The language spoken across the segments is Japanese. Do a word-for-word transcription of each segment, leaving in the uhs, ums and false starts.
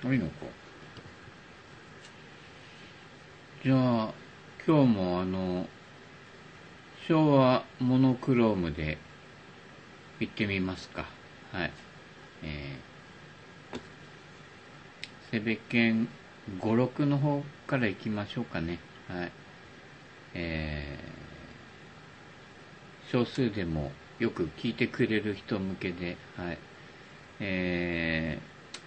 いいのか。じゃあ今日もあの昭和モノクロームで行ってみますか。はい。えー、セベケンごろくの方から行きましょうかね。はい。えー、少数でもよく聞いてくれる人向けで、はい。え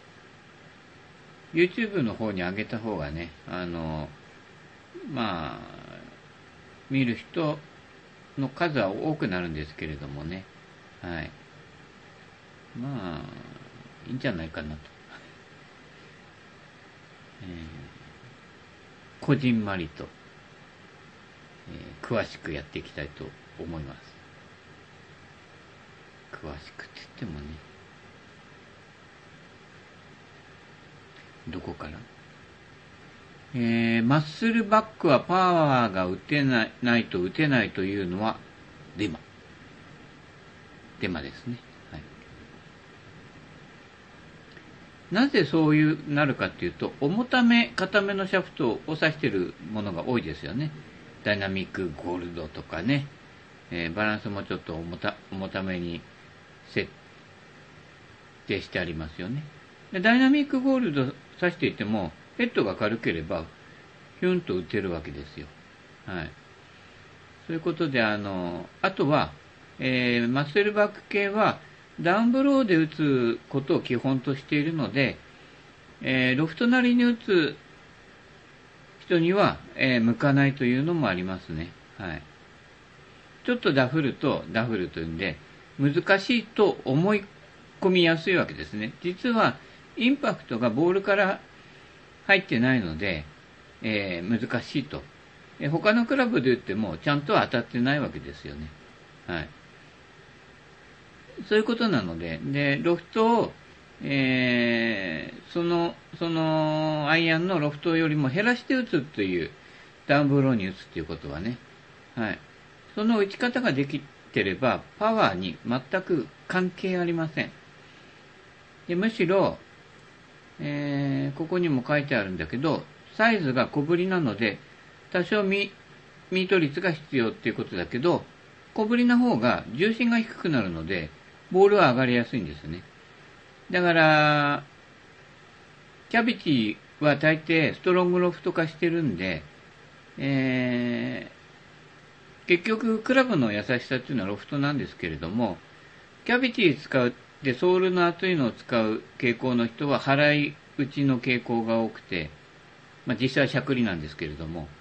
ー、YouTube の方に上げた方がね、あの、まあ、見る人の数は多くなるんですけれどもね。はい。まあ、いいんじゃないかなと。えー、こじんまりと、えー、詳しくやっていきたいと思います。詳しくって言ってもね、どこから、えー、マッスルバックはパワーが打てない、ないと打てないというのはデマ。デマですね。はい。なぜそういうなるかっていうと、重ため、硬めのシャフトを指しているものが多いですよね。ダイナミックゴールドとかね、えー、バランスもちょっと重た、重ために設定してありますよね。でダイナミックゴールド指していても、ヘッドが軽ければ、ヒュンと打てるわけですよ。はい。そういうことで、あの、あとは、えー、マッセルバック系は、ダウンブローで打つことを基本としているので、えー、ロフトなりに打つ人には、えー、向かないというのもありますね。はい。ちょっとダフると、ダフるというんで、難しいと思い込みやすいわけですね。実は、インパクトがボールから入ってないので、えー、難しいと。えー、他のクラブで打っても、ちゃんとは当たってないわけですよね。はい。そういうことなので、で、ロフトを、えー、その、その、アイアンのロフトよりも減らして打つという、ダウンブローに打つっていうことはね、はい。その打ち方ができてれば、パワーに全く関係ありません。でむしろ、えー、ここにも書いてあるんだけど、サイズが小ぶりなので、多少ミミート率が必要っていうことだけど、小ぶりな方が重心が低くなるので、ボールは上がりやすいんですね。だから、キャビティは大抵ストロングロフト化してるんで、えー、結局クラブの優しさっていうのはロフトなんですけれども、キャビティ使うでソールの厚いのを使う傾向の人は払い打ちの傾向が多くて、まあ、実際はしゃくりなんですけれども、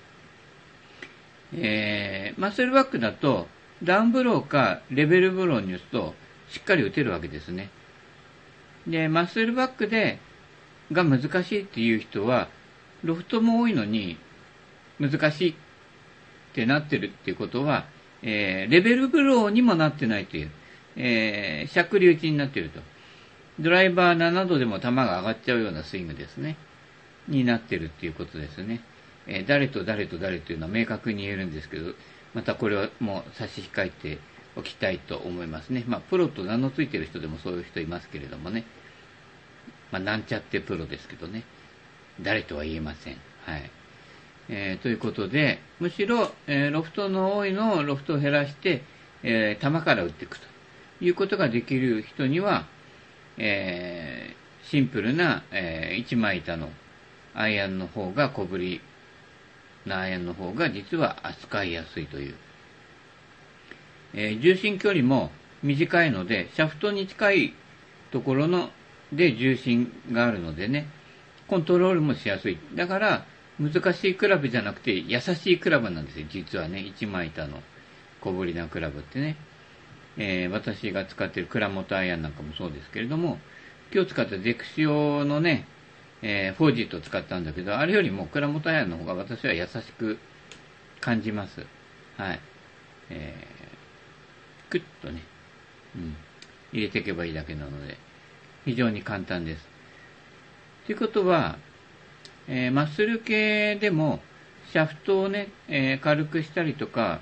えー、マッスルバックだとダウンブローかレベルブローに打つとしっかり打てるわけですね。で、マッスルバックでが難しいっていう人は、ロフトも多いのに難しいってなってるっていうことは、えー、レベルブローにもなってないという、えー、しゃくり打ちになっていると。ドライバーななどでも球が上がっちゃうようなスイングですね。になってるっていうことですね。えー、誰と誰と誰というのは明確に言えるんですけど、またこれはもう差し控えておきたいと思いますね。まあ、プロと名の付いてる人でもそういう人いますけれどもね。まあ、なんちゃってプロですけどね。誰とは言えません。はい。えー、ということで、むしろ、えー、ロフトの多いのをロフトを減らして、えー、球から打っていくということができる人には、えー、シンプルな、えー、いちまい板のアイアンの方が小ぶりなアイアンの方が実は扱いやすいという、えー、重心距離も短いのでシャフトに近いところので重心があるのでね、コントロールもしやすい。だから難しいクラブじゃなくて優しいクラブなんですよ、実はね。いちまい板の小ぶりなクラブってね、えー、私が使っている倉本アイアンなんかもそうですけれども、今日使ったゼクシオのね、えー、フォージットを使ったんだけど、あれよりも倉本アイアンの方が私は優しく感じます。はい。えー、クッとね、うん、入れていけばいいだけなので、非常に簡単です。ということは、えー、マッスル系でも、シャフトをね、えー、軽くしたりとか、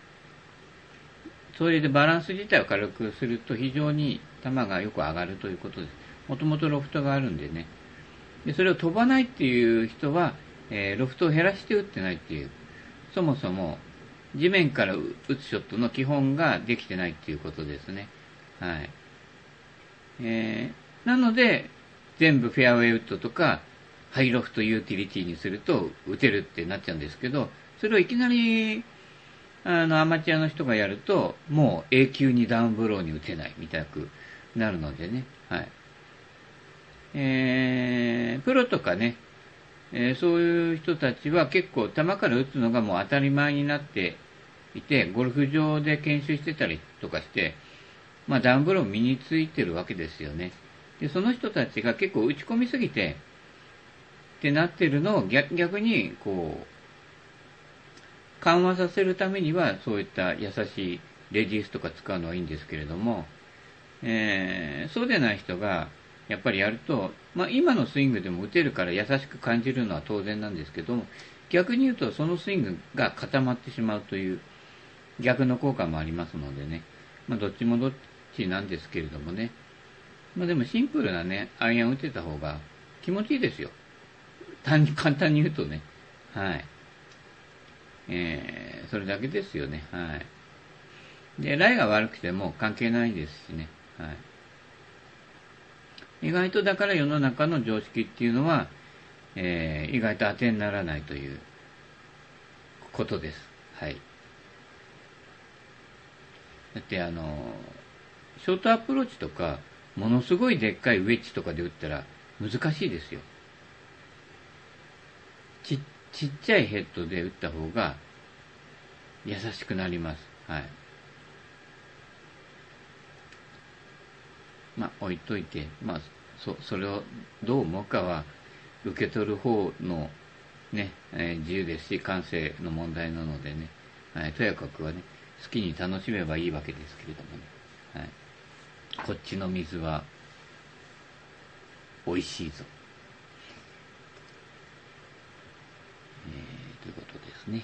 それでバランス自体を軽くすると非常に球がよく上がるということです。もともとロフトがあるんでね。 でそれを飛ばないっていう人は、えー、ロフトを減らして打ってないっていう、そもそも地面から打つショットの基本ができてないっていうことですね。はい。えー、なので、全部フェアウェイウッドとか、ハイロフトユーティリティにすると打てるってなっちゃうんですけど、それをいきなり、あの、アマチュアの人がやると、もう永久にダウンブローに打てないみたくなるのでね。はい。えー、プロとかね、えー、そういう人たちは結構球から打つのがもう当たり前になっていて、ゴルフ場で研修してたりとかして、まあダウンブロー身についてるわけですよね。で、その人たちが結構打ち込みすぎて、ってなってるのを逆逆に、こう、緩和させるためには、そういった優しいレディースとか使うのはいいんですけれども、えー、そうでない人が、やっぱりやると、まあ今のスイングでも打てるから優しく感じるのは当然なんですけども、逆に言うとそのスイングが固まってしまうという逆の効果もありますのでね、まあどっちもどっちなんですけれどもね、まあでもシンプルなね、アイアン打てた方が気持ちいいですよ。単に簡単に言うとね、はい。えー、それだけですよね、はい。で、ライが悪くても関係ないですしね、はい。意外とだから世の中の常識っていうのは、えー、意外と当てにならないということです。はい。だってあの、ショートアプローチとか、ものすごいでっかいウェッジとかで打ったら難しいですよ。ち、ちっちゃいヘッドで打った方が優しくなります。はい。まあ、置いといて、まあ、そ、それをどう思うかは、受け取る方のね、えー、自由ですし、感性の問題なのでね、はい、とやかくはね、好きに楽しめばいいわけですけれどもね、はい、こっちの水は美味しいぞ、えー、ということですね。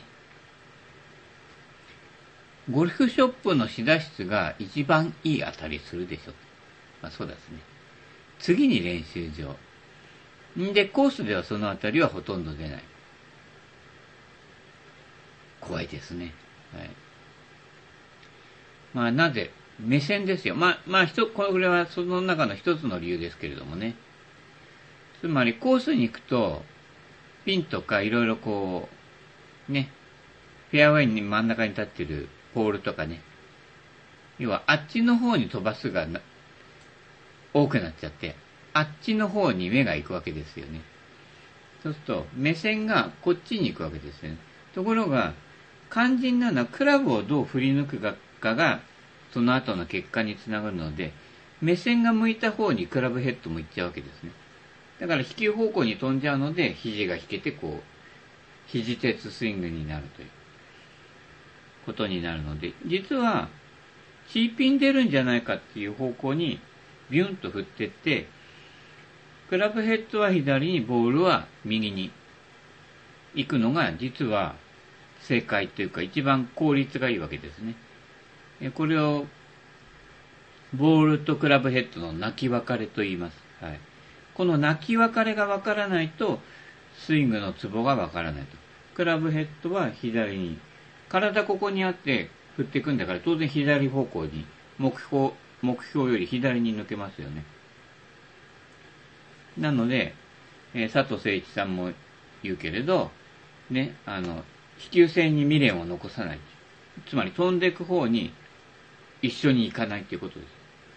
ゴルフショップの試打室が一番いい当たりするでしょ。まあそうですね。次に練習場。んで、コースではその当たりはほとんど出ない。怖いですね。はい。まあなぜ、目線ですよ。まあ、まあ、これはその中の一つの理由ですけれどもね。つまりコースに行くと、ピンとかいろいろこう、ね、フェアウェイに真ん中に立ってるポールとかね、要はあっちの方に飛ばすが多くなっちゃって、あっちの方に目が行くわけですよね。そうすると、目線がこっちに行くわけですよね。ところが、肝心なのはクラブをどう振り抜くかが、その後の結果につながるので、目線が向いた方にクラブヘッドも行っちゃうわけですね。だから飛球方向に飛んじゃうので、肘が引けて、こう、肘鉄スイングになるということになるので、実は、C ピン出るんじゃないかっていう方向にビュンと振ってって、クラブヘッドは左に、ボールは右に行くのが実は正解というか一番効率がいいわけですね。これをボールとクラブヘッドの泣き別れと言います。はい、この泣き別れがわからないとスイングのツボがわからないと。クラブヘッドは左に、体ここにあって振っていくんだから当然左方向に目標、目標より左に抜けますよね。なので、えー、佐藤誠一さんも言うけれど、ね、あの、飛球線に未練を残さない。つまり飛んでいく方に一緒に行かないということです。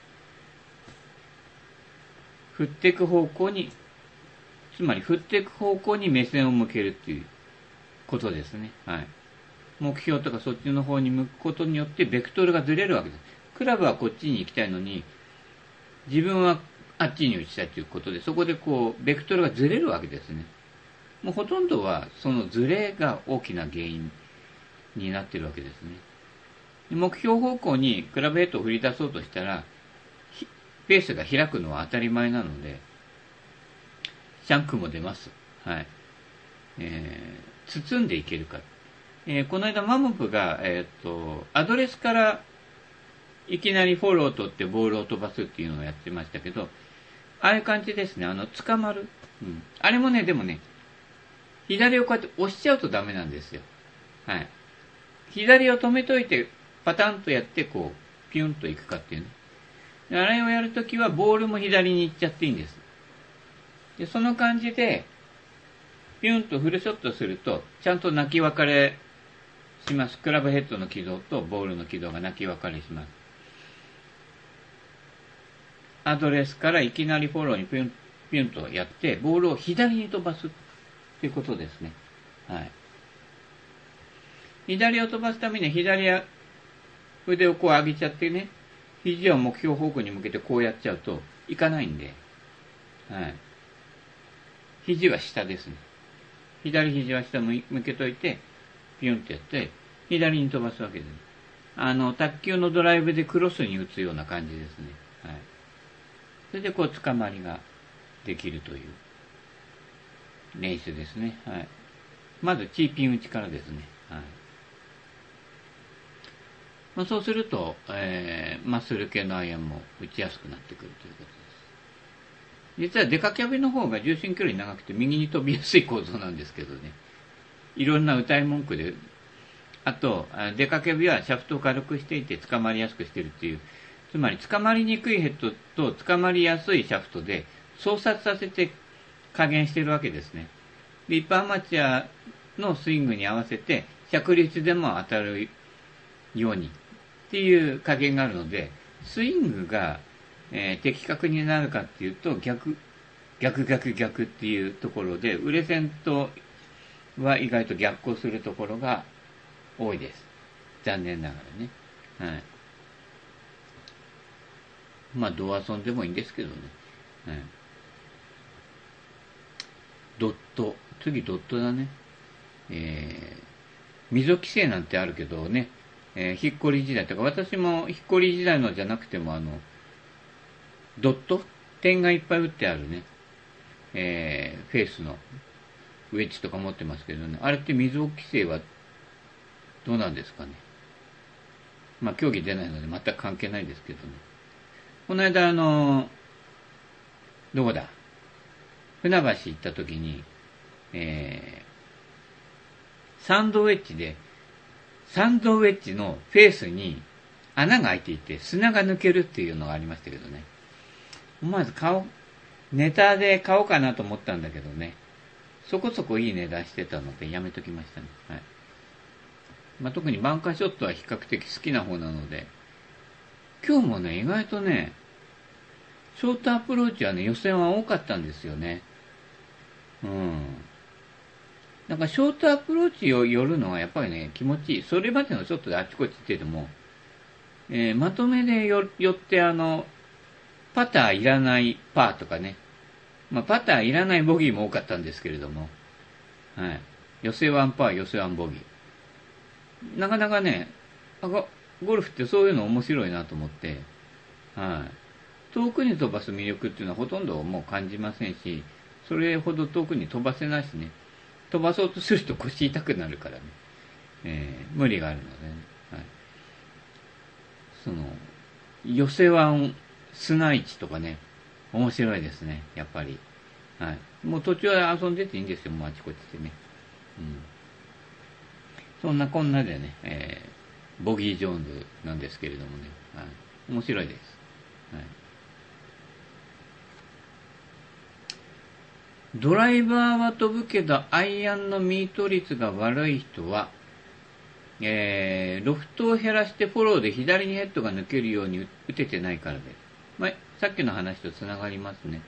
振っていく方向に、つまり振っていく方向に目線を向けるっていうことですね。はい。目標とかそっちの方に向くことによってベクトルがずれるわけです。クラブはこっちに行きたいのに、自分はあっちに打ちたいということで、そこでこう、ベクトルがずれるわけですね。もうほとんどはそのずれが大きな原因になっているわけですね。目標方向にクラブヘッドを振り出そうとしたら、ペースが開くのは当たり前なので、シャンクも出ます。はい。えー、包んでいけるか。えー、この間マモプが、えっと、アドレスからいきなりフォローを取ってボールを飛ばすっていうのをやってましたけど、ああいう感じですね。あの、捕まる。 うん。あれもね、でもね、左をこうやって押しちゃうとダメなんですよ。はい。左を止めといて、パタンとやって、こう、ピュンといくかっていうね。あれをやるときは、ボールも左に行っちゃっていいんです。で、その感じで、ピュンとフルショットすると、ちゃんと泣き別れします。クラブヘッドの軌道とボールの軌道が泣き別れします。アドレスからいきなりフォローにピュン、ピュンとやって、ボールを左に飛ばすっていうことですね。はい。左を飛ばすためには左腕をこう上げちゃってね、肘を目標方向に向けてこうやっちゃうといかないんで、はい。肘は下ですね。左肘は下向けといて、ピュンってやって、左に飛ばすわけです。あの、卓球のドライブでクロスに打つような感じですね。はい。それでこう、捕まりができるという練習ですね。はい。まず、チーピン打ちからですね。はい。まあ、そうすると、えー、マッスル系のアイアンも打ちやすくなってくるということです。実はデカキャビの方が重心距離長くて右に飛びやすい構造なんですけどね。いろんな歌い文句で、あと、デカキャビはシャフトを軽くしていて捕まりやすくしているっていう、つまり捕まりにくいヘッドと捕まりやすいシャフトで操作させて加減しているわけですね。で、一般アマチュアのスイングに合わせて着率でも当たるようにっていう加減があるので、スイングが、えー、的確になるかっていうと逆、逆逆逆っていうところで、売れ線とは意外と逆行するところが多いです。残念ながらね。はい。まあ、ドアソンでもいいんですけどね。はい。ドット。次ドットだね。えー、溝規制なんてあるけどね、えー、ひっこり時代とか、私もひっこり時代のじゃなくても、あの、ドット点がいっぱい打ってあるね、えー、フェースのウェッジとか持ってますけどね、あれって溝規制はどうなんですかね。まあ、競技出ないので全く関係ないですけどね。この間、あの、どこだ船橋行った時に、えー、サンドウェッジで、サンドウェッジのフェースに穴が開いていて砂が抜けるっていうのがありましたけどね。思わず買おう、ネタで買おうかなと思ったんだけどね。そこそこいい値段してたのでやめときましたね。はい。まあ、特にバンカーショットは比較的好きな方なので、今日もね、意外とね、ショートアプローチはね、予選は多かったんですよね。うん。なんかショートアプローチを寄るのはやっぱりね、気持ちいい。それまでのショットであっちこっち行ってても、えー、まとめで寄ってあの、パターいらないパーとかね。まあ、パターいらないボギーも多かったんですけれども、はい。寄せワンパー、寄せワンボギー。なかなかね、ゴルフってそういうの面白いなと思って、はい。遠くに飛ばす魅力っていうのはほとんどもう感じませんし、それほど遠くに飛ばせないしね。飛ばそうとすると腰痛くなるからね。えー、無理があるのでね。はい。その、寄せワン、砂市とかね、面白いですね、やっぱり。はい。もう途中は遊んでていいんですよ、もうあちこちでね。うん。そんなこんなでね、えー、ボギー・ジョーンズなんですけれどもね、はい。面白いです。はい。ドライバーは飛ぶけど、アイアンのミート率が悪い人は、えー、ロフトを減らしてフォローで左にヘッドが抜けるように打ててないからです。まあ、さっきの話とつながりますね。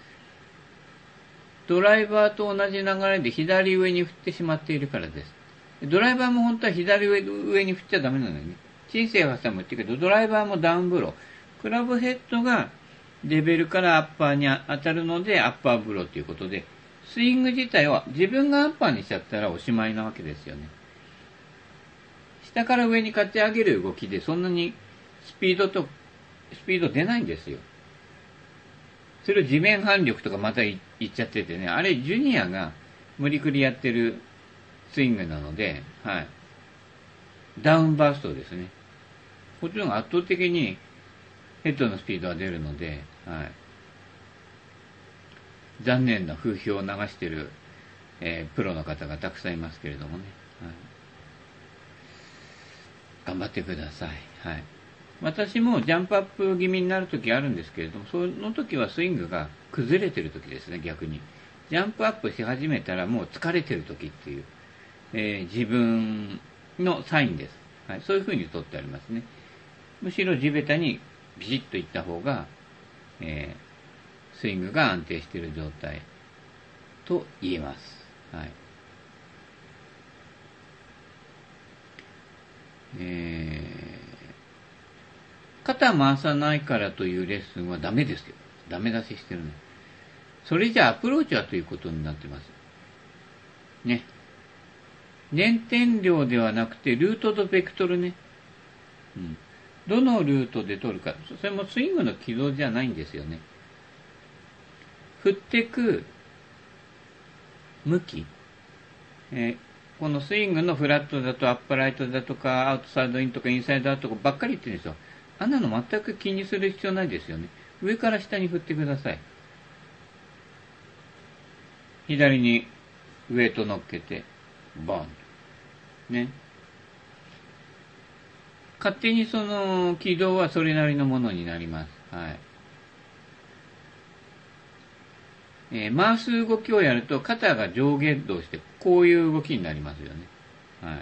ドライバーと同じ流れで左上に振ってしまっているからです。ドライバーも本当は左上上に振っちゃダメなのよね。人生はさんも言ってるけど、ドライバーもダウンブロー。クラブヘッドがレベルからアッパーに当たるのでアッパーブローということで、スイング自体は自分がアッパーにしちゃったらおしまいなわけですよね。下から上にかち上げる動きでそんなにスピードと、スピード出ないんですよ。それを地面反力とかまた言っちゃっててね、あれジュニアが無理くりやってるスイングなので、はい。ダウンバーストですね。こっちの方が圧倒的にヘッドのスピードは出るので、はい。 残念な風評を流している、えー、プロの方がたくさんいますけれどもね、はい、頑張ってください。はい。私もジャンプアップ気味になるときあるんですけれども、その時はスイングが崩れてるときですね、逆に。ジャンプアップし始めたらもう疲れてるときっていう、えー、自分のサインです。はい。そういう風にとってありますね。むしろ地べたにビシッといった方が、えー、スイングが安定している状態と言えます。はい。えー、肩回さないからというレッスンはダメですよ。ダメ出ししてるね。それじゃあアプローチはということになってます。ね。捻転量ではなくて、ルートとベクトルね。うん。どのルートで取るか。それもスイングの軌道じゃないんですよね。振ってく向き。えー、このスイングのフラットだとアップライトだとか、アウトサイドインとかインサイドアウトとかばっかり言ってるんですよ。あんなの全く気にする必要ないですよね。上から下に振ってください。左にウエイト乗っけて、ボン。ね。勝手にその軌道はそれなりのものになります。はい。えー、回す動きをやると肩が上下動してこういう動きになりますよね。はい。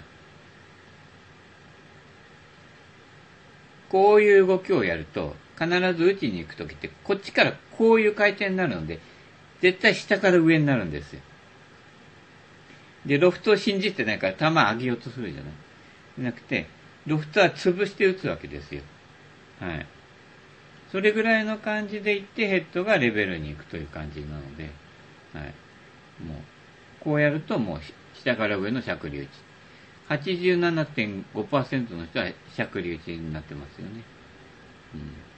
こういう動きをやると必ず打ちに行くときってこっちからこういう回転になるので絶対下から上になるんですよ。で、ロフトを信じてないから球上げようとするじゃない。じゃなくて、ロフトは潰して打つわけですよ。はい。それぐらいの感じでいってヘッドがレベルに行くという感じなので、はい。もう、こうやるともう下から上のしゃくり打ち。はちじゅうななてんごパーセント の人はしゃくり打ちになってますよね。うん。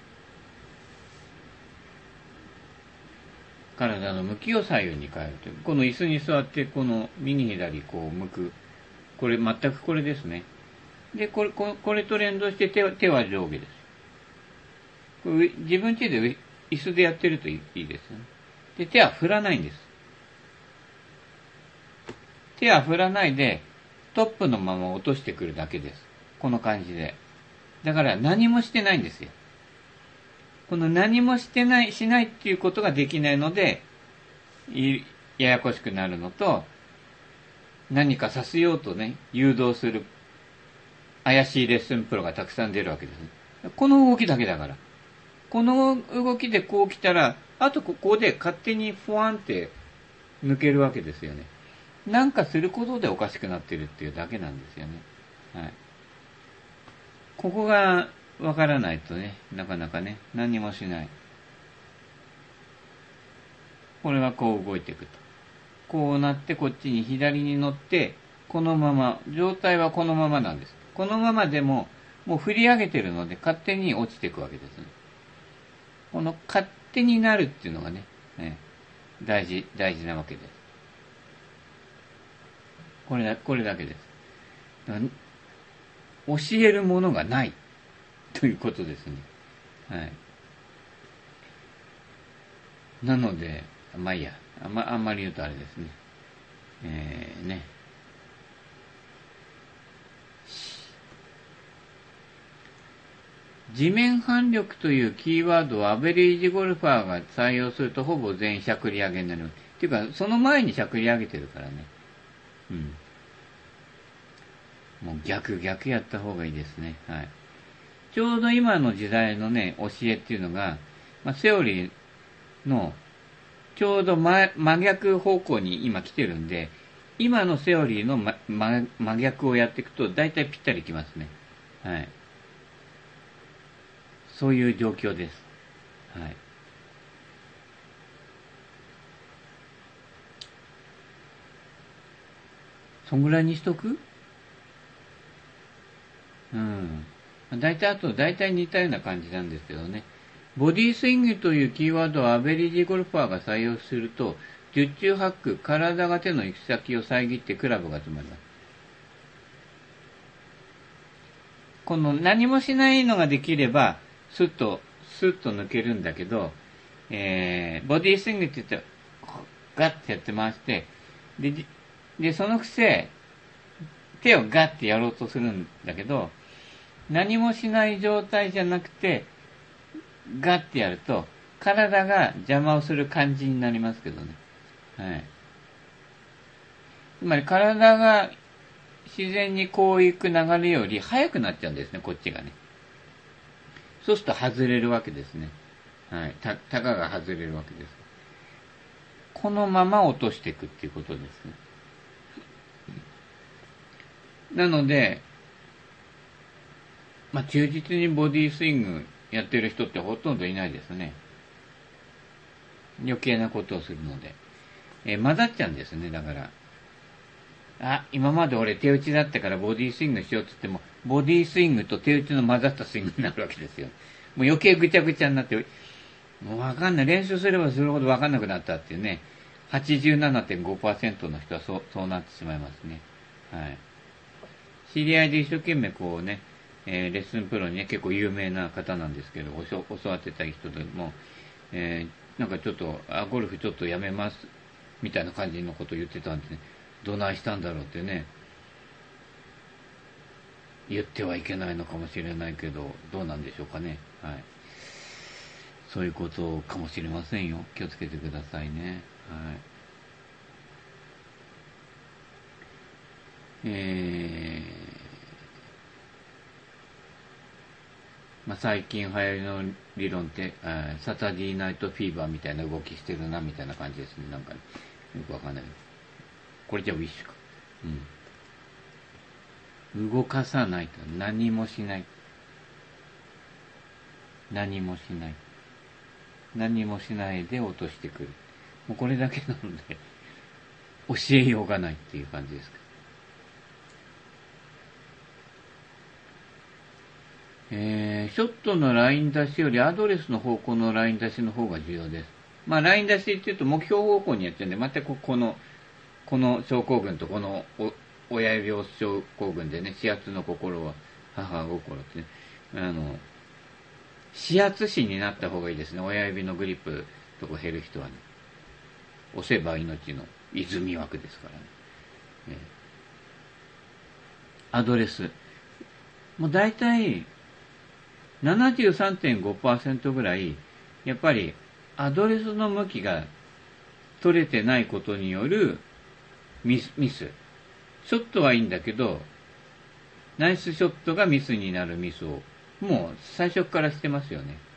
体の向きを左右に変えるという。この椅子に座ってこの右左こう向く。これ全くこれですね。で、これ、これと連動して手は、手は上下です。これ自分家で椅子でやってるといいですよね。で、手は振らないんです。手は振らないで、トップのまま落としてくるだけです。この感じで。だから何もしてないんですよ。この何もしてない、しないっていうことができないので、ややこしくなるのと、何かさせようとね、誘導する怪しいレッスンプロがたくさん出るわけです。この動きだけだから。この動きでこう来たら、あとここで勝手にフワンって抜けるわけですよね。なんかすることでおかしくなってるっていうだけなんですよね。はい。ここがわからないとね、なかなかね、何もしない。これはこう動いていくと。こうなってこっちに左に乗って、このまま、状態はこのままなんです。このままでも、もう振り上げてるので勝手に落ちていくわけですね。この勝手になるっていうのがね、ね大事、大事なわけです。これだ、これだけです。教えるものがないということですね。はい。なので、まあいいや、あんま、あんまり言うとあれですね。えー、ね。地面反力というキーワードをアベレージゴルファーが採用するとほぼ全員しゃくり上げになる。っていうか、その前にしゃくり上げてるからね。うん。もう逆逆やった方がいいですね。はい。ちょうど今の時代のね、教えっていうのが、まあ、セオリーのちょうど 真, 真逆方向に今来てるんで、今のセオリーの、ま、真, 真逆をやっていくと大体ぴったりきますね。はい。そういう状況です。はい。そんぐらいにしとく？うん。大体あと、大体似たような感じなんですけどね。ボディスイングというキーワードをアベリージゴルファーが採用すると、十中八九、体が手の行き先を遮ってクラブが詰まります。この何もしないのができれば、スッと、スッと抜けるんだけど、えー、ボディスイングって言ったら、 ガッてやって回して、で、でそのくせ、手をガッてやろうとするんだけど、何もしない状態じゃなくて、ガッてやると、体が邪魔をする感じになりますけどね。はい。つまり体が自然にこう行く流れより速くなっちゃうんですね、こっちがね。そうすると外れるわけですね。はい。た、たかが外れるわけです。このまま落としていくっていうことですね。なので、まあ、忠実にボディスイングやってる人ってほとんどいないですね。余計なことをするので。えー、混ざっちゃうんですね、だから。あ、今まで俺手打ちだったからボディスイングしようって言っても、ボディスイングと手打ちの混ざったスイングになるわけですよ。もう余計ぐちゃぐちゃになって、もうわかんない。練習すればするほどわかんなくなったっていうね。はちじゅうななてんごパーセント の人はそう、そうなってしまいますね。はい。知り合いで一生懸命こうね、えー、レッスンプロにね、結構有名な方なんですけど、教わってた人でも、えー、なんかちょっと、あ、ゴルフちょっとやめます、みたいな感じのことを言ってたんでね、どないしたんだろうってね、言ってはいけないのかもしれないけど、どうなんでしょうかね。はい。そういうことかもしれませんよ。気をつけてくださいね。はい。えー、まあ、最近流行りの理論って、サタディーナイトフィーバーみたいな動きしてるな、みたいな感じですね。なんか、ね、よくわかんない。これじゃウィッシュか。うん。動かさないと何もしない。何もしない。何もしないで落としてくる。もうこれだけなので、教えようがないっていう感じですか。えー、ショットのライン出しよりアドレスの方向のライン出しの方が重要です。まあ、ライン出しって言うと目標方向にやっちゃうんで、またここの、この症候群とこの親指押す症候群でね、指圧の心は母心ってね、あの、指圧師になった方がいいですね。親指のグリップとこ減る人はね。押せば命の泉枠ですからね。ね、アドレス。もう大体、ななじゅうさんてんごパーセント ぐらい、やっぱりアドレスの向きが取れてないことによるミス。ミスショットはいいんだけど、ナイスショットがミスになるミスを、もう最初からしてますよね。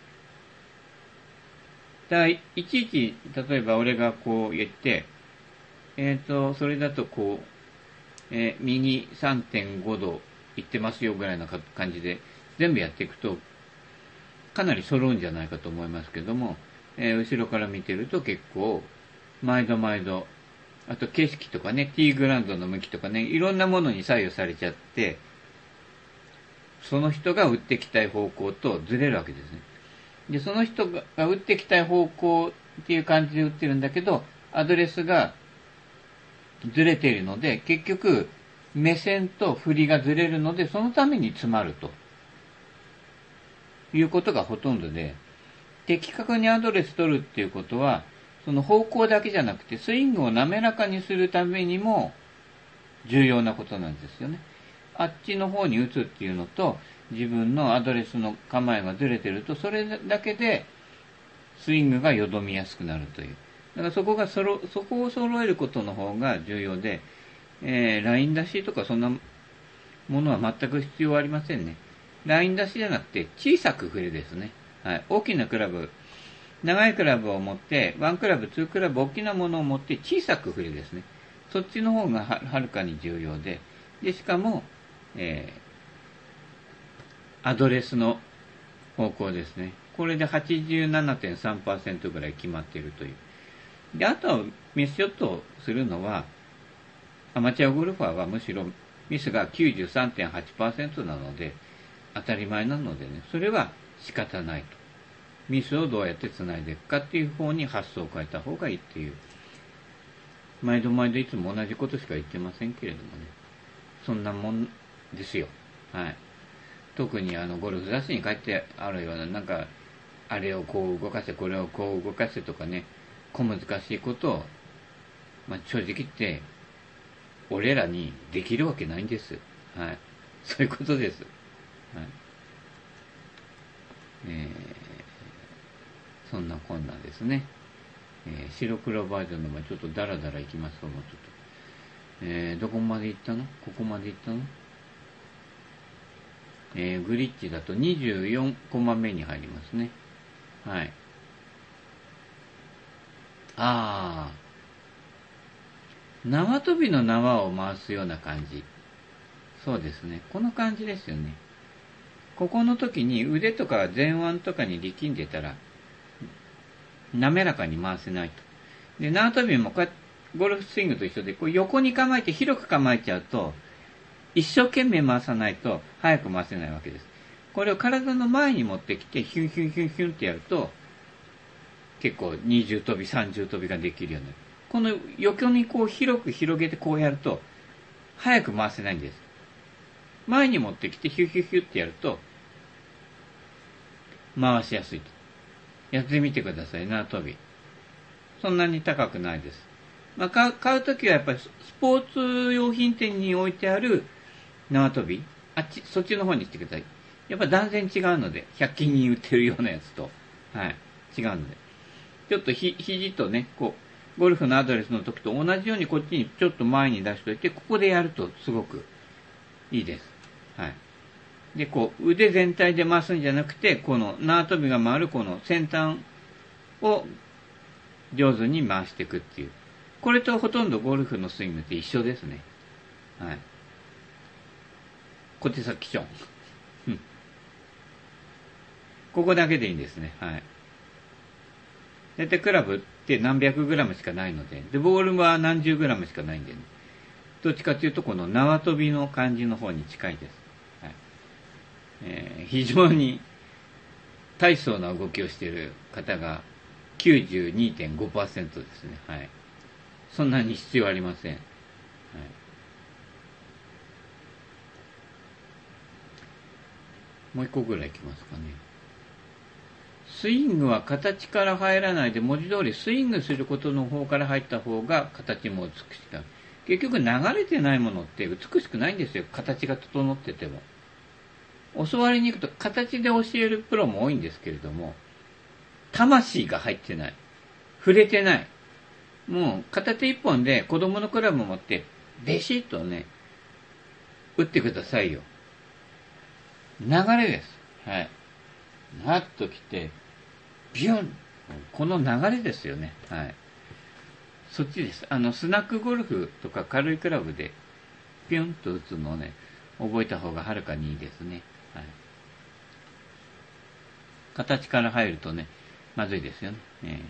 だからいちいち、例えば俺がこう言って、えっと、それだとこう、えー、右 さんてんご 度行ってますよぐらいな感じで全部やっていくと、かなり揃うんじゃないかと思いますけども、えー、後ろから見てると結構、毎度毎度、あと景色とかね、ティーグラウンドの向きとかね、いろんなものに左右されちゃって、その人が打ってきたい方向とずれるわけですね。で、その人が打ってきたい方向っていう感じで打ってるんだけど、アドレスがずれているので、結局、目線と振りがずれるので、そのために詰まるということがほとんどで、的確にアドレス取るっていうことは、その方向だけじゃなくて、スイングを滑らかにするためにも重要なことなんですよね。あっちの方に打つっていうのと、自分のアドレスの構えがずれてると、それだけでスイングがよどみやすくなるという。だからそこがそろ、そこを揃えることの方が重要で、えー、ライン出しとかそんなものは全く必要はありませんね。ライン出しじゃなくて小さく振るですね。はい。大きなクラブ、長いクラブを持って、ワンクラブ、ツークラブ、大きなものを持って小さく振るですね。そっちの方がはるかに重要で、で、しかも、えー、アドレスの方向ですね。これで はちじゅうななてんさんパーセント ぐらい決まっているという。で、あとはミスショットをするのは、アマチュアゴルファーはむしろミスが きゅうじゅうさんてんはちパーセント なので、当たり前なのでね、それは仕方ないと。ミスをどうやって繋いでいくかっていう方に発想を変えた方がいいっていう。毎度毎度いつも同じことしか言ってませんけれどもね。そんなもんですよ。はい。特にあの、ゴルフ雑誌に書いてあるような、なんか、あれをこう動かせ、これをこう動かせとかね、 小難しいことを、まあ、正直言って、俺らにできるわけないんです。はい。そういうことです。はい。えー、そんなこんなですね。えー、白黒バージョンの場合、ちょっとダラダラいきますか、もうちょっと。えー、どこまで行ったの？ここまで行ったの？えー、グリッチだとにじゅうよんコマ目に入りますね。はい。あー。縄跳びの縄を回すような感じ。そうですね。この感じですよね。ここの時に腕とか前腕とかに力んでたら、滑らかに回せないと。で、縄跳びもこうやってゴルフスイングと一緒で、こう横に構えて広く構えちゃうと、一生懸命回さないと早く回せないわけです。これを体の前に持ってきて、ヒュンヒュンヒュンヒュンってやると、結構二重跳び、三重跳びができるようになる。この横にこう広く広げてこうやると、早く回せないんです。前に持ってきてヒュンヒュンヒュンってやると、回しやすいと。やってみてください、縄跳び。そんなに高くないです。まあ、買う、買うときはやっぱりスポーツ用品店に置いてある縄跳び、あっち、そっちの方にしてください。やっぱ断然違うので、ひゃく均に売ってるようなやつと、はい、違うので。ちょっとひ、肘とね、こう、ゴルフのアドレスの時と同じようにこっちにちょっと前に出しといて、ここでやるとすごくいいです。はい。で、こう、腕全体で回すんじゃなくて、この縄跳びが回るこの先端を上手に回していくっていう。これとほとんどゴルフのスイングって一緒ですね。はい。小手先ション。ここだけでいいんですね。はい。だいたいクラブって何百グラムしかないので、で、ボールは何十グラムしかないんでね。どっちかっていうと、この縄跳びの感じの方に近いです。はい。えー、非常に大層な動きをしている方が きゅうじゅうにてんごパーセント ですね。はい。そんなに必要ありません。はい。もう一個ぐらいいきますかね。スイングは形から入らないで、文字通りスイングすることの方から入った方が形も美しくなる。結局流れてないものって美しくないんですよ。形が整ってても。教わりに行くと形で教えるプロも多いんですけれども、魂が入ってない。触れてない。もう片手一本で子供のクラブを持ってベシッとね、打ってくださいよ。流れです。はい。なっときて、ビュン。この流れですよね。はい。そっちです。あの、スナックゴルフとか軽いクラブで、ピュンと打つのをね、覚えた方がはるかにいいですね。はい。形から入るとね、まずいですよね。えー、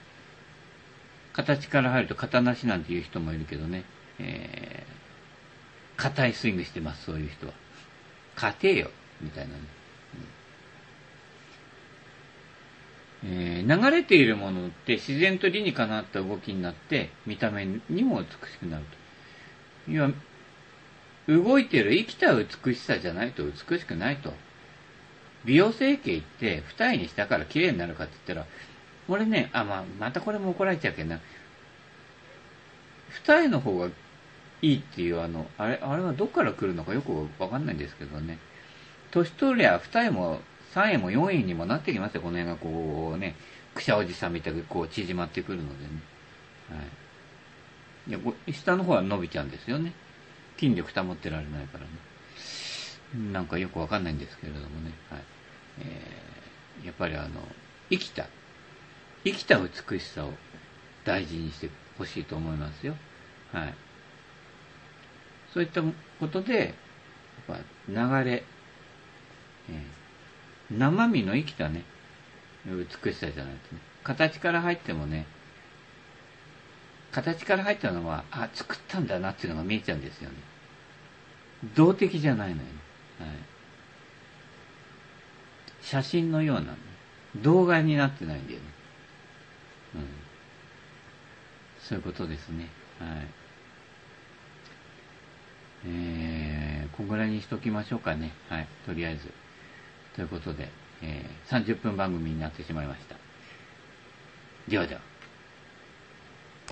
形から入ると型なしなんていう人もいるけどね、えー、硬いスイングしてます、そういう人は。勝てよ、みたいなね。えー、流れているものって自然と理にかなった動きになって見た目にも美しくなると。いや、動いてる生きた美しさじゃないと美しくないと。美容整形って二重にしたから綺麗になるかって言ったら、俺ね、あ、まあ、またこれも怒られちゃうけどな。二重の方がいいっていうあの、あれ、あれはどっから来るのかよくわかんないんですけどね。年取りゃ二重も三重も四重にもなってきますよ。この辺がこうね、くしゃおじさんみたいにこう縮まってくるのでね。はい。いや、下の方は伸びちゃうんですよね。筋力保ってられないからね。なんかよくわかんないんですけれどもね。はい。えー、やっぱりあの、生きた、生きた美しさを大事にしてほしいと思いますよ。はい。そういったことで、やっぱ流れ、えー、生身の生きたね、美しさじゃないとね。形から入ってもね、形から入ったのは、あ、作ったんだなっていうのが見えちゃうんですよね。動的じゃないのよね。はい。写真のような、ね、動画になってないんだよね。うん。そういうことですね。はい。えー、こんぐらいにしときましょうかね。はい。とりあえず。ということで、えー、さんじゅっぷん番組になってしまいました。ではでは。